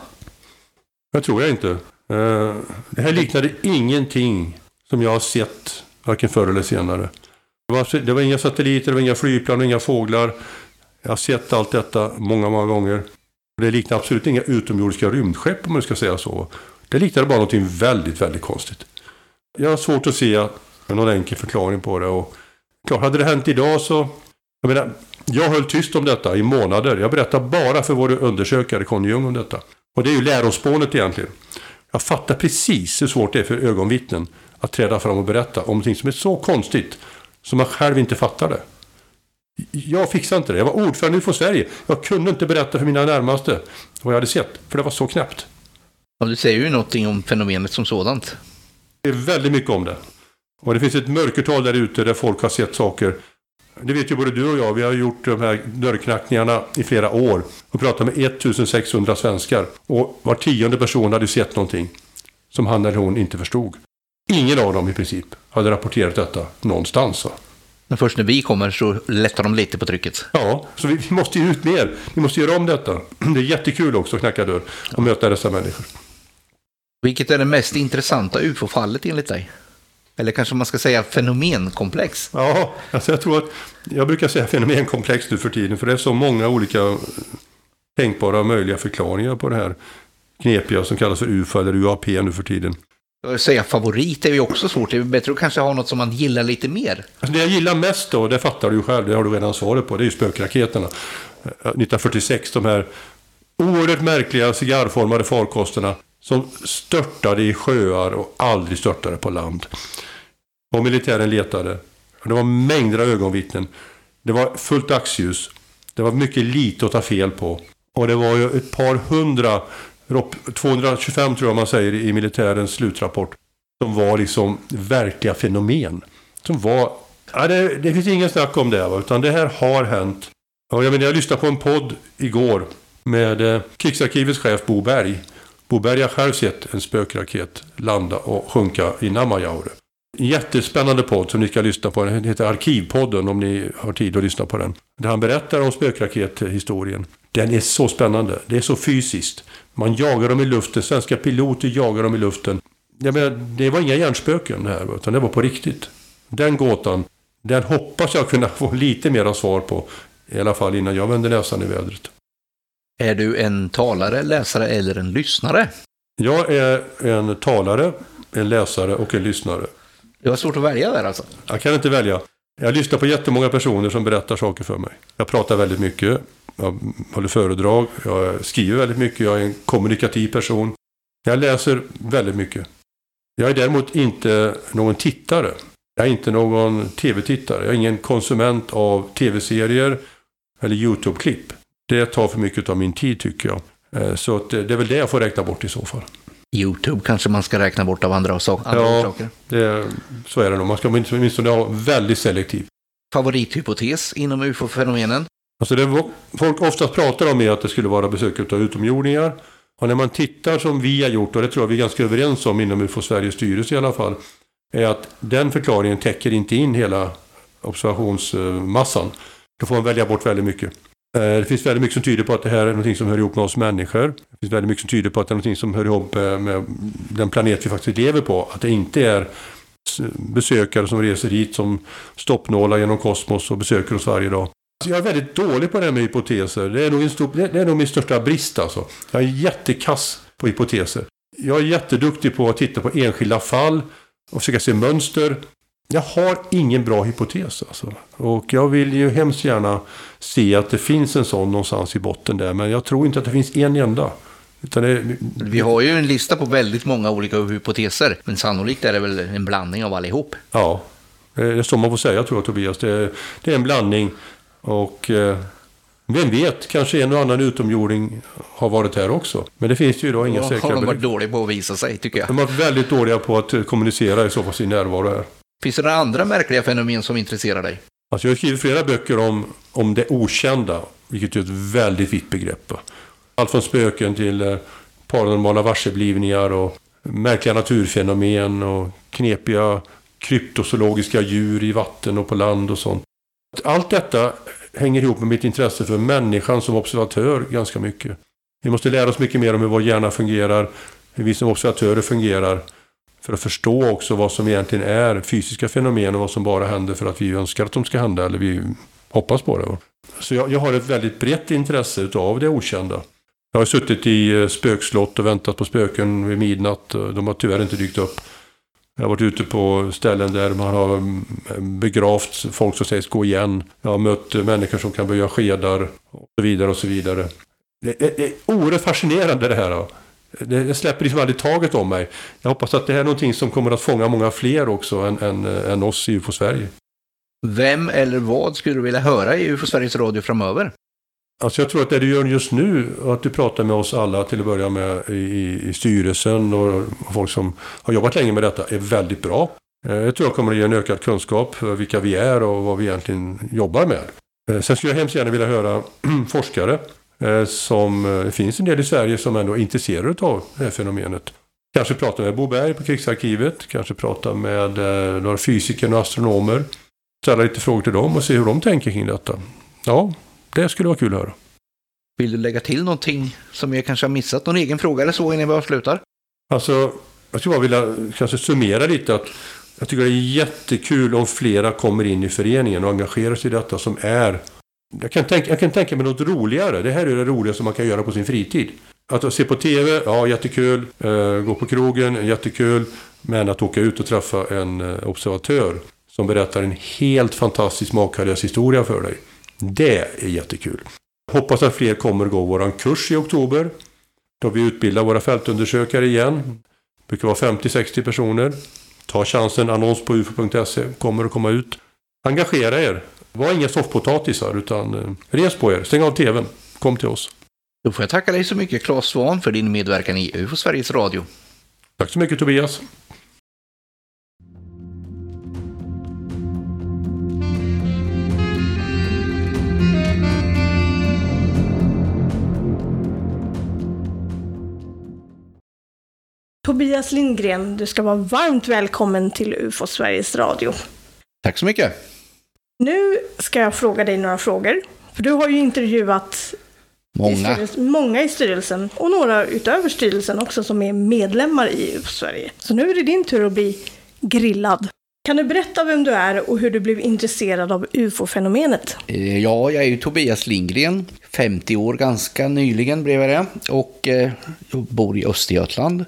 Jag tror jag inte. Uh, det här liknade ingenting som jag har sett varken förr eller senare. Det var, det var inga satelliter, det var inga flygplan, inga fåglar. Jag har sett allt detta många, många gånger. Det liknar absolut inga utomjordiska rymdskepp om man ska säga så. Det liknade bara något väldigt, väldigt konstigt. Jag har svårt att se någon enkel förklaring på det. Och klart, hade det hänt idag så... Jag menar, jag höll tyst om detta i månader. Jag berättar bara för våra undersökare, Conny Ljung, om detta. Och det är ju lärospånet egentligen. Jag fattar precis hur svårt det är för ögonvittnen att träda fram och berätta om någonting som är så konstigt som man själv inte fattar det. Jag fixade inte det. Jag var ordförande i U F O Sverige. Jag kunde inte berätta för mina närmaste vad jag hade sett. För det var så knäppt. Ja, du säger ju någonting om fenomenet som sådant. Det är väldigt mycket om det. Och det finns ett mörkertal där ute där folk har sett saker. Det vet ju både du och jag. Vi har gjort de här dörrknackningarna i flera år. Och pratat med ettusensexhundra svenskar. Och var tionde person hade sett någonting som han eller hon inte förstod. Ingen av dem i princip hade rapporterat detta någonstans. Så. Men först när vi kommer så lättar de lite på trycket. Ja, så vi, vi måste ju ut mer. Vi måste göra om detta. Det är jättekul också att knacka dörr och möta dessa människor. Vilket är det mest intressanta U F O-fallet enligt dig? Eller kanske man ska säga fenomenkomplex? Ja, alltså jag tror att jag brukar säga fenomenkomplex nu för tiden. För det är så många olika tänkbara och möjliga förklaringar på det här knepiga som kallas för U F O eller U A P nu för tiden. Jag säga favorit är ju också svårt. Det är bättre att kanske ha något som man gillar lite mer. Alltså det jag gillar mest då, det fattar du ju själv, det har du redan svaret på, det är ju spökraketerna. nittonhundrafyrtiosex, de här oerhört märkliga cigarrformade farkosterna som störtade i sjöar och aldrig störtade på land. Och militären letade. Det var mängder av ögonvittnen. Det var fullt dagsljus. Det var mycket lite att ta fel på. Och det var ju ett par hundra, tvåhundratjugofem tror jag man säger i militärens slutrapport, som var liksom verkliga fenomen. Som var, ja, det, det finns ingen snack om det, va? Utan det här har hänt. Och jag menar, jag lyssnade på en podd igår med eh, krigsarkivets chef Bo Berg. Bo Berg har själv sett en spökraket landa och sjunka i Namajaure. En jättespännande podd som ni ska lyssna på. Den heter Arkivpodden om ni har tid att lyssna på den. Där han berättar om spökrakethistorien. Den är så spännande. Det är så fysiskt. Man jagar dem i luften. Svenska piloter jagar dem i luften. Jag menar, det var inga hjärnspöken här, utan det var på riktigt. Den gåtan, den hoppas jag kunna få lite mer svar på. I alla fall innan jag vänder näsan i vädret. Är du en talare, läsare eller en lyssnare? Jag är en talare, en läsare och en lyssnare. Det var svårt att välja där alltså. Jag kan inte välja. Jag lyssnar på jättemånga personer som berättar saker för mig. Jag pratar väldigt mycket. Jag håller föredrag. Jag skriver väldigt mycket. Jag är en kommunikativ person. Jag läser väldigt mycket. Jag är däremot inte någon tittare. Jag är inte någon tv-tittare. Jag är ingen konsument av tv-serier eller YouTube-klipp. Det tar för mycket av min tid tycker jag. Så att det är väl det jag får räkna bort i så fall. YouTube kanske man ska räkna bort av andra, sak, andra ja, saker. Det, så är det nog. Man ska åtminstone ha väldigt selektiv. Favorithypotes inom U F O-fenomenen? Alltså det folk oftast pratar om är att det skulle vara besök av utomjordingar. Och när man tittar som vi har gjort, och det tror jag vi är ganska överens om inom U F O Sveriges styrelse i alla fall, är att den förklaringen täcker inte in hela observationsmassan. Då får man välja bort väldigt mycket. Det finns väldigt mycket som tyder på att det här är något som hör ihop med oss människor. Det finns väldigt mycket som tyder på att det är något som hör ihop med den planet vi faktiskt lever på. Att det inte är besökare som reser hit som stoppnålar genom kosmos och besöker oss varje dag. Jag är väldigt dålig på det här med hypoteser. Det är nog, en stor, det är nog min största brist alltså. Jag är jättekass på hypoteser. Jag är jätteduktig på att titta på enskilda fall och försöka se mönster. Jag har ingen bra hypotes alltså. Och jag vill ju hemskt gärna se att det finns en sån någonstans i botten där. Men jag tror inte att det finns en enda. Utan det... Vi har ju en lista på väldigt många olika hypoteser. Men sannolikt är det väl en blandning av allihop. Ja, det är så man får säga tror jag Tobias. Det är, det är en blandning och eh, Vem vet, kanske en och annan utomjording har varit här också. Men det finns ju idag inga ja, säkra har de varit belägg. dåliga på att visa sig, tycker jag. De har varit väldigt dåliga på att kommunicera i så fall sin närvaro här. Finns det några andra märkliga fenomen som intresserar dig? Alltså jag har skrivit flera böcker om, om det okända, vilket är ett väldigt vitt begrepp. Allt från spöken till eh, paranormala varseblivningar och märkliga naturfenomen och knepiga kryptozoologiska djur i vatten och på land och sånt. Allt detta hänger ihop med mitt intresse för människan som observatör ganska mycket. Vi måste lära oss mycket mer om hur vår hjärna fungerar, hur vi som observatörer fungerar, för att förstå också vad som egentligen är fysiska fenomen och vad som bara händer för att vi önskar att de ska hända eller vi hoppas på det. Så jag, jag har ett väldigt brett intresse av det okända. Jag har suttit i spökslott och väntat på spöken vid midnatt. De har tyvärr inte dykt upp. Jag har varit ute på ställen där man har begravt folk som sägs gå igen. Jag har mött människor som kan böja skedar och så vidare och så vidare. Det är, det är oerhört fascinerande det här. Det, det släpper liksom aldrig taget om mig. Jag hoppas att det här är någonting som kommer att fånga många fler också än, än, än oss i U F O Sverige. Vem eller vad skulle du vilja höra i U F O Sveriges Radio framöver? Alltså jag tror att det du gör just nu, att du pratar med oss alla till att börja med i, i styrelsen och folk som har jobbat länge med detta är väldigt bra. Jag tror jag kommer att ge en ökad kunskap för vilka vi är och vad vi egentligen jobbar med. Sen skulle jag hemskt gärna vilja höra forskare som finns en del i Sverige som ändå är intresserade av det här fenomenet. Kanske prata med Bo Berg på Krigsarkivet, kanske prata med några fysiker och astronomer. Ställa lite frågor till dem och se hur de tänker kring detta. Ja, det skulle vara kul att höra. Vill du lägga till någonting som jag kanske har missat? Någon egen fråga eller så innan vi avslutar? Alltså, jag skulle bara vilja kanske summera lite att jag tycker det är jättekul om flera kommer in i föreningen och engagerar sig i detta som är... Jag kan tänka, jag kan tänka mig något roligare. Det här är det roliga som man kan göra på sin fritid. Att se på tv, ja jättekul. Eh, gå på krogen, jättekul. Men att åka ut och träffa en eh, observatör som berättar en helt fantastisk Makalös historia för dig. Det är jättekul. Hoppas att fler kommer gå våran kurs i oktober. Då vi utbildar våra fältundersökare igen. Det brukar vara femtio till sextio personer. Ta chansen, annons på u f o punkt se kommer att komma ut. Engagera er. Var inga soffpotatisar utan eh, res på er. Stäng av tvn. Kom till oss. Då får jag tacka dig så mycket, Claes Svahn, för din medverkan i U F O Sveriges Radio. Tack så mycket, Tobias. Tobias Lindgren, du ska vara varmt välkommen till U F O Sveriges Radio. Tack så mycket. Nu ska jag fråga dig några frågor. För du har ju intervjuat Många. I många i styrelsen och några utöver styrelsen också som är medlemmar i U F O Sverige. Så nu är det din tur att bli grillad. Kan du berätta vem du är och hur du blev intresserad av U F O-fenomenet? Ja, jag är ju Tobias Lindgren. femtio år ganska nyligen blev jag det. Och eh, jag bor i Östergötland.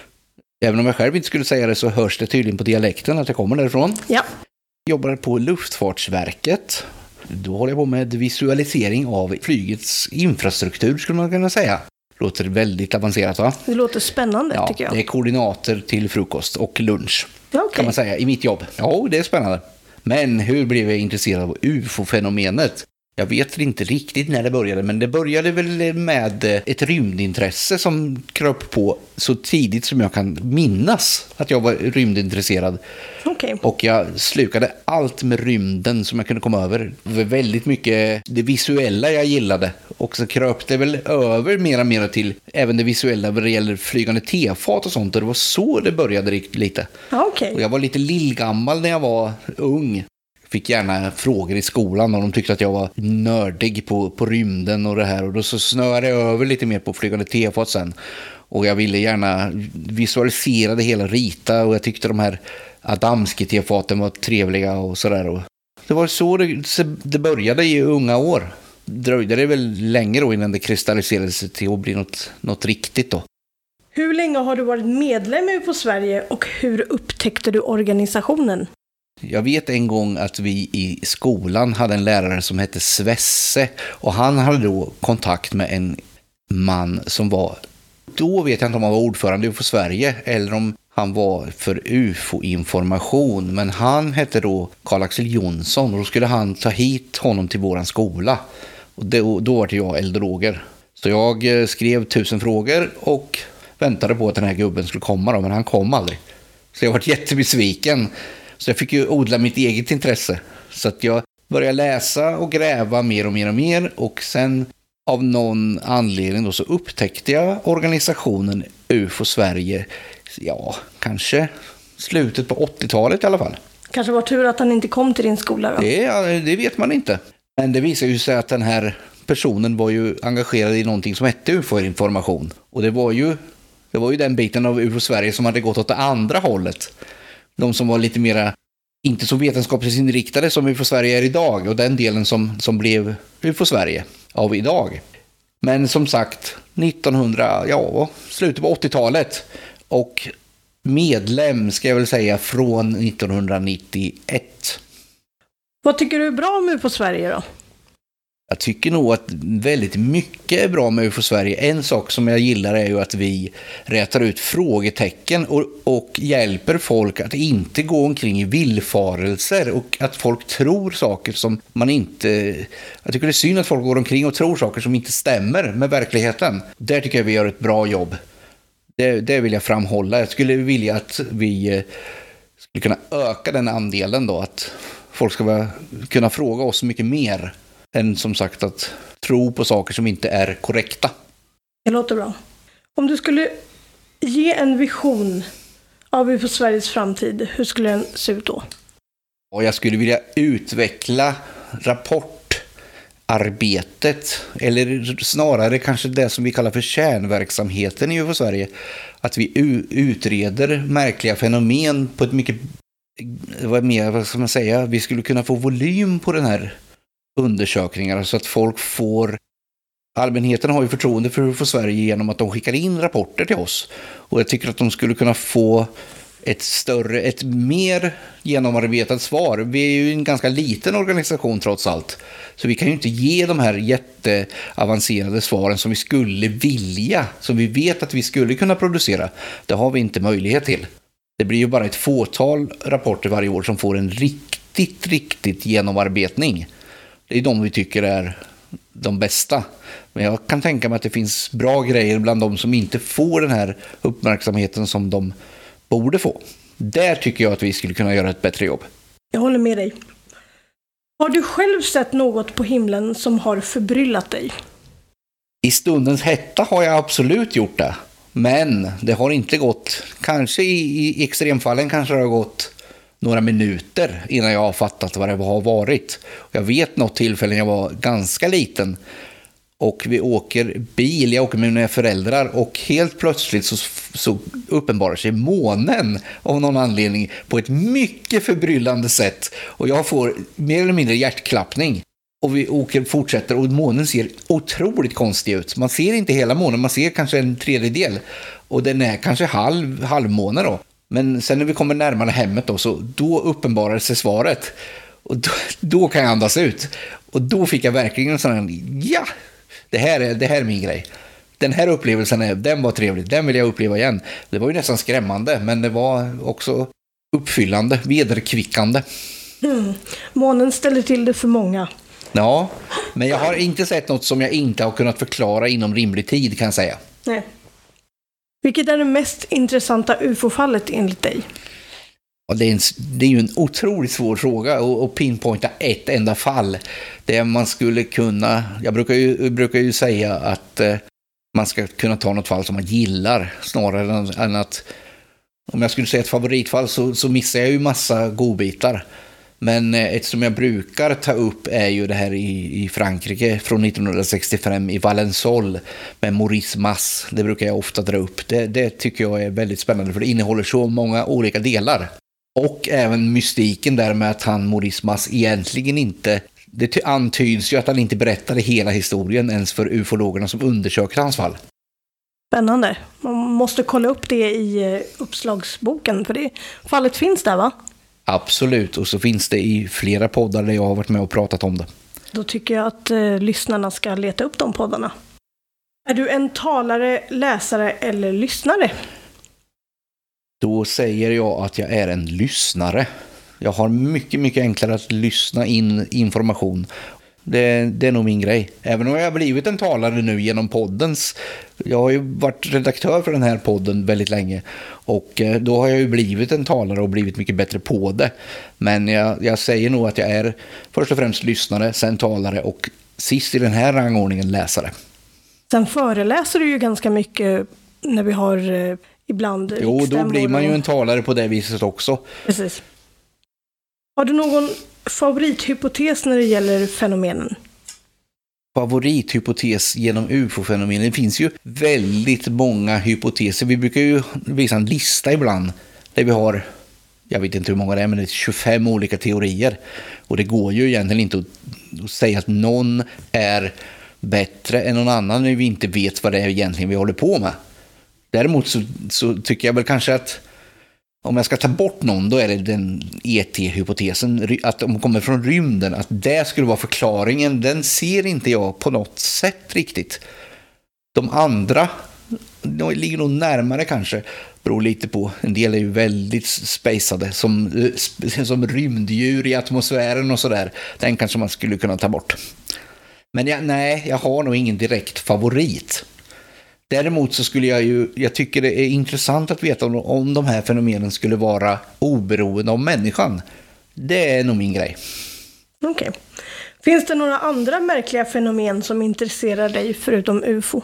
Även om jag själv inte skulle säga det så hörs det tydligen på dialekten att jag kommer därifrån. Ja. Jag jobbar på Luftfartsverket. Då håller jag på med visualisering av flygets infrastruktur skulle man kunna säga. Låter väldigt avancerat, va? Det låter spännande, ja, tycker jag. Det är koordinater till frukost och lunch Ja, okay. kan man säga i mitt jobb. Ja, det är spännande. Men hur blev jag intresserad av U F O-fenomenet? Jag vet inte riktigt när det började, men det började väl med ett rymdintresse som kröp på så tidigt som jag kan minnas att jag var rymdintresserad. Okay. Och jag slukade allt med rymden som jag kunde komma över. Det var väldigt mycket det visuella jag gillade. Och så kröp det väl över mer och mer till även det visuella vad det gäller flygande tefat och sånt. Och det var så det började lite. Okay. Och jag var lite lillgammal när jag var ung. Fick gärna frågor i skolan och de tyckte att jag var nördig på, på rymden och det här. Och då så snörde jag över lite mer på flygande tefat sen. Och jag ville gärna visualisera det hela, rita. Och jag tyckte de här adamski tefaten var trevliga och sådär. Och det var så det, det började i unga år. Dröjde det väl länge då innan det kristalliserade sig till att bli något, något riktigt då. Hur länge har du varit medlem i U F O Sverige och hur upptäckte du organisationen? Jag vet en gång att vi i skolan hade en lärare som hette Svesse och han hade då kontakt med en man som var, då vet jag inte om han var ordförande i U F O Sverige eller om han var för U F O-information, men han hette då Karl Axel Jonsson och då skulle han ta hit honom till våran skola. Och då, då var det jag eldroger. Så jag skrev tusen frågor och väntade på att den här gubben skulle komma då, men han kom aldrig. Så jag var jättebesviken. Så jag fick ju odla mitt eget intresse. Så att jag började läsa och gräva mer och mer och mer. Och sen av någon anledning då så upptäckte jag organisationen U F O Sverige. Ja, kanske slutet på åttiotalet i alla fall. Kanske var tur att han inte kom till din skola då? Det, det vet man inte. Men det visar ju sig att den här personen var ju engagerad i någonting som hette U F O-information. Och det var ju, det var ju den biten av U F O Sverige som hade gått åt det andra hållet. De som var lite mera, inte så vetenskapligt inriktade som U F O Sverige är idag. Och den delen som, som blev U F O Sverige av idag. Men som sagt, nittonhundra, ja, slutet på åttiotalet. Och medlem ska jag väl säga från nittonhundranittioett. Vad tycker du är bra med U F O Sverige då? Jag tycker nog att väldigt mycket är bra med U F O Sverige. En sak som jag gillar är ju att vi rätar ut frågetecken och, och hjälper folk att inte gå omkring i villfarelser och att folk tror saker som man inte... Jag tycker det är synd att folk går omkring och tror saker som inte stämmer med verkligheten. Där tycker jag vi gör ett bra jobb. Det, det vill jag framhålla. Jag skulle vilja att vi skulle kunna öka den andelen då, att folk ska kunna fråga oss mycket mer än som sagt att tro på saker som inte är korrekta. Det låter bra. Om du skulle ge en vision av U F O Sveriges framtid, hur skulle den se ut då? Och jag skulle vilja utveckla rapportarbetet, eller snarare kanske det som vi kallar för kärnverksamheten i U F O Sverige. Att vi u- utreder märkliga fenomen på ett mycket, vad mer, vad ska man säga, vi skulle kunna få volym på den här undersökningar så att folk får, allmänheten har ju förtroende för U F O Sverige genom att de skickar in rapporter till oss, och jag tycker att de skulle kunna få ett större, ett mer genomarbetat svar. Vi är ju en ganska liten organisation trots allt, så vi kan ju inte ge de här jätteavancerade svaren som vi skulle vilja, som vi vet att vi skulle kunna producera. Det har vi inte möjlighet till. Det blir ju bara ett fåtal rapporter varje år som får en riktigt, riktigt genomarbetning. Det är de vi tycker är de bästa. Men jag kan tänka mig att det finns bra grejer bland de som inte får den här uppmärksamheten som de borde få. Där tycker jag att vi skulle kunna göra ett bättre jobb. Jag håller med dig. Har du själv sett något på himlen som har förbryllat dig? I stundens hetta har jag absolut gjort det. Men det har inte gått, kanske i, i extremfallen kanske det har gått några minuter innan jag har fattat vad det har varit. Jag vet något tillfälle när jag var ganska liten och vi åker bil, jag åker med mina föräldrar, och helt plötsligt så, så uppenbarar sig månen av någon anledning på ett mycket förbryllande sätt, och jag får mer eller mindre hjärtklappning. Och vi åker, fortsätter, och månen ser otroligt konstig ut. Man ser inte hela månen, man ser kanske en tredjedel. Och den är kanske halv, halvmåne då. Men sen när vi kommer närmare hemmet då, så då uppenbarar sig svaret. Och då, då kan jag andas ut. Och då fick jag verkligen en sån här, ja, det här är, det här är min grej. Den här upplevelsen, är, den var trevlig, den vill jag uppleva igen. Det var ju nästan skrämmande, men det var också uppfyllande, vederkvickande. Mm. Månen ställer till det för många. Ja, men jag har inte sett något som jag inte har kunnat förklara inom rimlig tid, kan jag säga. Nej. Vilket är det mest intressanta U F O-fallet enligt dig? Ja, det, är en, det är ju en otroligt svår fråga att pinpointa ett enda fall. Det man skulle kunna, jag brukar ju, brukar ju säga att eh, man ska kunna ta något fall som man gillar snarare än, än att, om jag skulle säga ett favoritfall så, så missar jag ju massa godbitar. Men ett som jag brukar ta upp är ju det här i, i Frankrike från nittonhundrasextiofem i Valensol med Maurice Mas. Det brukar jag ofta dra upp. Det, det tycker jag är väldigt spännande, för det innehåller så många olika delar. Och även mystiken där med att han, Maurice Mas, egentligen inte... Det antyds ju att han inte berättade hela historien ens för ufologerna som undersökte hans fall. Spännande. Man måste kolla upp det i uppslagsboken, för det fallet finns där, va? Absolut, och så finns det i flera poddar där jag har varit med och pratat om det. Då tycker jag att eh, lyssnarna ska leta upp de poddarna. Är du en talare, läsare eller lyssnare? Då säger jag att jag är en lyssnare. Jag har mycket, mycket enklare att lyssna in information. Det, det är nog min grej. Även om jag har blivit en talare nu genom poddens. Jag har ju varit redaktör för den här podden väldigt länge. Och då har jag ju blivit en talare och blivit mycket bättre på det. Men jag, jag säger nog att jag är först och främst lyssnare, sen talare och sist i den här rangordningen läsare. Sen föreläser du ju ganska mycket när vi har eh, ibland... Jo, då blir man ju en talare på det viset också. Precis. Har du någon favorithypotes när det gäller fenomenen? Favorithypotes genom U F O-fenomenen. Det finns ju väldigt många hypoteser. Vi brukar ju visa en lista ibland där vi har, jag vet inte hur många det är, men det är tjugofem olika teorier. Och det går ju egentligen inte att, att säga att någon är bättre än någon annan när vi inte vet vad det är egentligen vi håller på med. Däremot så, så tycker jag väl kanske att om jag ska ta bort någon, då är det den E T-hypotesen, att de kommer från rymden, att det skulle vara förklaringen. Den ser inte jag på något sätt riktigt. De andra, de ligger nog närmare kanske, beror lite på. En del är ju väldigt spacade, som, som rymddjur i atmosfären och sådär. Den kanske man skulle kunna ta bort. Men jag, nej, jag har nog ingen direkt favorit. Däremot så skulle jag ju, jag tycker det är intressant att veta om, om de här fenomenen skulle vara oberoende av människan. Det är nog min grej. Okej. Okay. Finns det några andra märkliga fenomen som intresserar dig förutom U F O?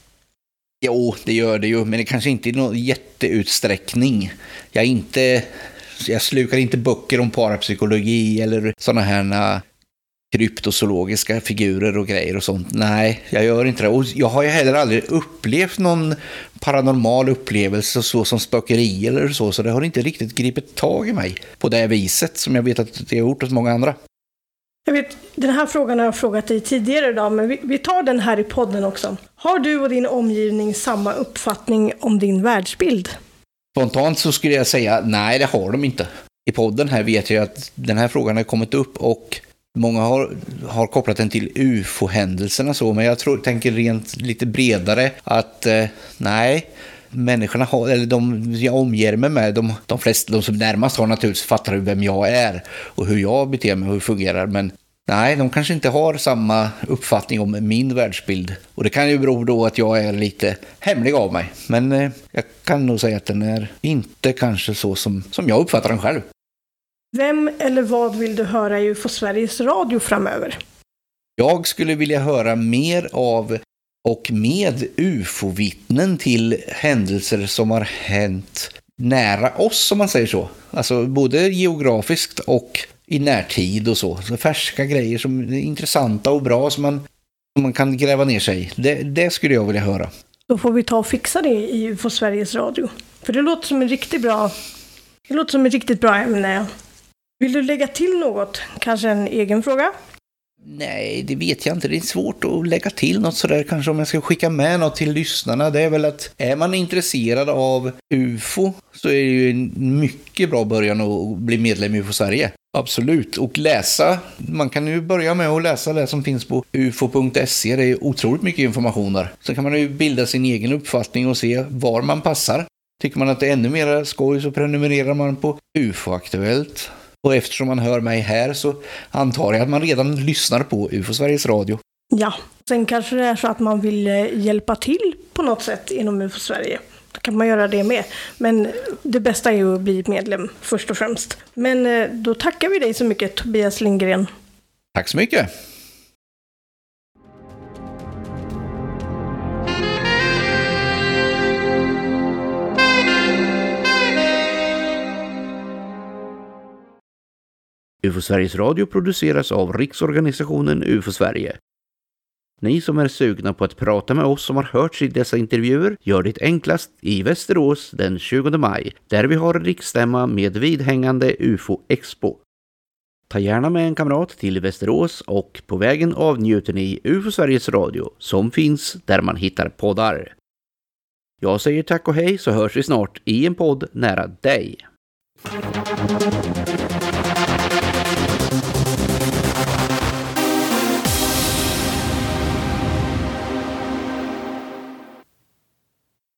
Jo, det gör det ju, men det kanske inte i någon jätteutsträckning. Jag är inte, jag slukar inte böcker om parapsykologi eller sådana här kryptozoologiska figurer och grejer och sånt. Nej, jag gör inte det. Och jag har ju heller aldrig upplevt någon paranormal upplevelse så som spökeri eller så, så det har inte riktigt gripit tag i mig på det viset som jag vet att det har gjort hos många andra. Jag vet, den här frågan har jag frågat dig tidigare idag, men vi, vi tar den här i podden också. Har du och din omgivning samma uppfattning om din världsbild? Spontant så skulle jag säga nej, det har de inte. I podden här vet jag att den här frågan har kommit upp och många har, har kopplat den till U F O-händelserna så, men jag tror, tänker rent lite bredare att eh, nej, människorna har, eller de jag omger mig med, de, de flesta, de som närmast har naturligtvis fattar vem jag är och hur jag beter mig och hur det fungerar, men nej, de kanske inte har samma uppfattning om min världsbild. Och det kan ju bero då att jag är lite hemlig av mig, men eh, jag kan nog säga att den är inte kanske så som, som jag uppfattar den själv. Vem eller vad vill du höra i U F O Sveriges Radio framöver? Jag skulle vilja höra mer av och med U F O-vittnen till händelser som har hänt nära oss, om man säger så. Alltså både geografiskt och i närtid och så. Så färska grejer som är intressanta och bra som man, som man kan gräva ner sig i. Det, det skulle jag vilja höra. Då får vi ta och fixa det i U F O Sveriges Radio. För det låter som en riktigt bra, det låter som en riktigt bra ämne. Vill du lägga till något? Kanske en egen fråga? Nej, det vet jag inte. Det är svårt att lägga till något sådär. Kanske om jag ska skicka med något till lyssnarna. Det är väl att är man intresserad av U F O så är det ju en mycket bra början att bli medlem i U F O Sverige. Absolut. Och läsa. Man kan ju börja med att läsa det som finns på u f o punkt se. Det är otroligt mycket information där. Så kan man ju bilda sin egen uppfattning och se var man passar. Tycker man att det är ännu mer skoj så prenumererar man på U F O-aktuellt. Och eftersom man hör mig här så antar jag att man redan lyssnar på U F O Sveriges Radio. Ja, sen kanske det är så att man vill hjälpa till på något sätt inom U F O Sverige. Då kan man göra det med. Men det bästa är ju att bli medlem först och främst. Men då tackar vi dig så mycket, Tobias Lindgren. Tack så mycket. U F O Sveriges Radio produceras av Riksorganisationen U F O Sverige. Ni som är sugna på att prata med oss som har hörts i dessa intervjuer gör det enklast i Västerås den tjugonde maj, där vi har riksstämma med vidhängande U F O-expo. Ta gärna med en kamrat till Västerås och på vägen avnjuter ni U F O Sveriges Radio som finns där man hittar poddar. Jag säger tack och hej så hörs vi snart i en podd nära dig.